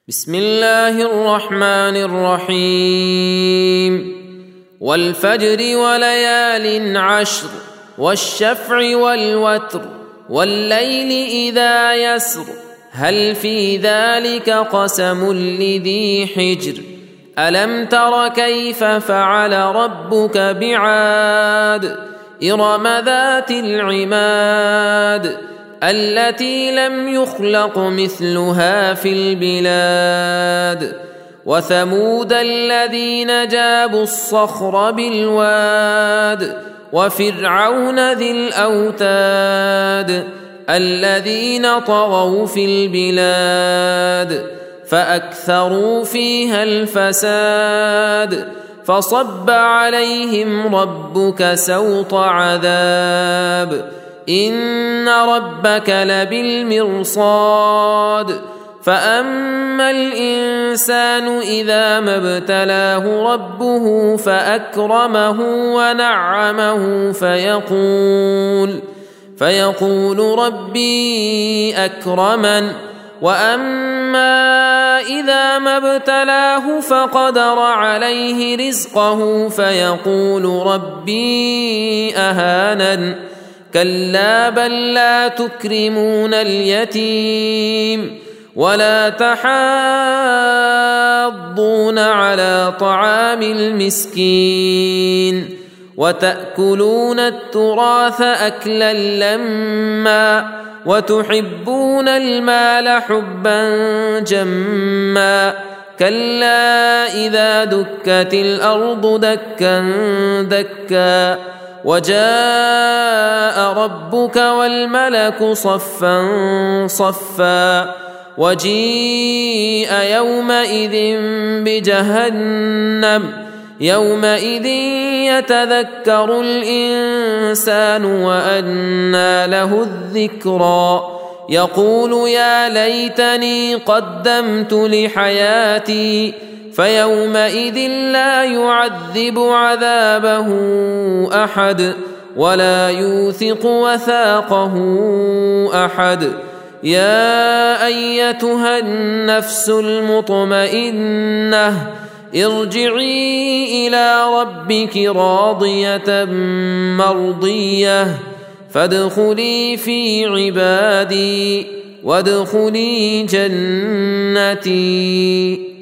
بسم الله الرحمن الرحيم والفجر وليال عشر والشفع والوتر والليل إذا يسر هل في ذلك قسم لذي حجر ألم تر كيف فعل ربك بعاد إرم ذات العماد التي لم يخلق مثلها في البلاد وثمود الذين جابوا الصخر بالواد وفرعون ذي الأوتاد الذين طغوا في البلاد فأكثروا فيها الفساد فصب عليهم ربك سوط عذاب إن ربك لبالمرصاد فأما الإنسان إذا ما ابتلاه ربه فأكرمه ونعمه فيقول ربي أكرمن وأما إذا ما ابتلاه فقدر عليه رزقه فيقول ربي أهانن كلا بل لا تكرمون اليتيم ولا تحاضون على طعام المسكين وتأكلون التراث أكلا لما وتحبون المال حبا جما كلا إذا دكت الأرض دكا دكا وجاء ربك والملك صفا صفا وجيء يومئذ بجهنم يومئذ يتذكر الإنسان وأنى له الذكرى يقول يا ليتني قدمت لحياتي فيومئذ لا يعذب عذابه أحد ولا يوثق وثاقه أحد يا أيتها النفس المطمئنة ارجعي إلى ربك راضية مرضية فادخلي في عبادي وادخلي جنتي.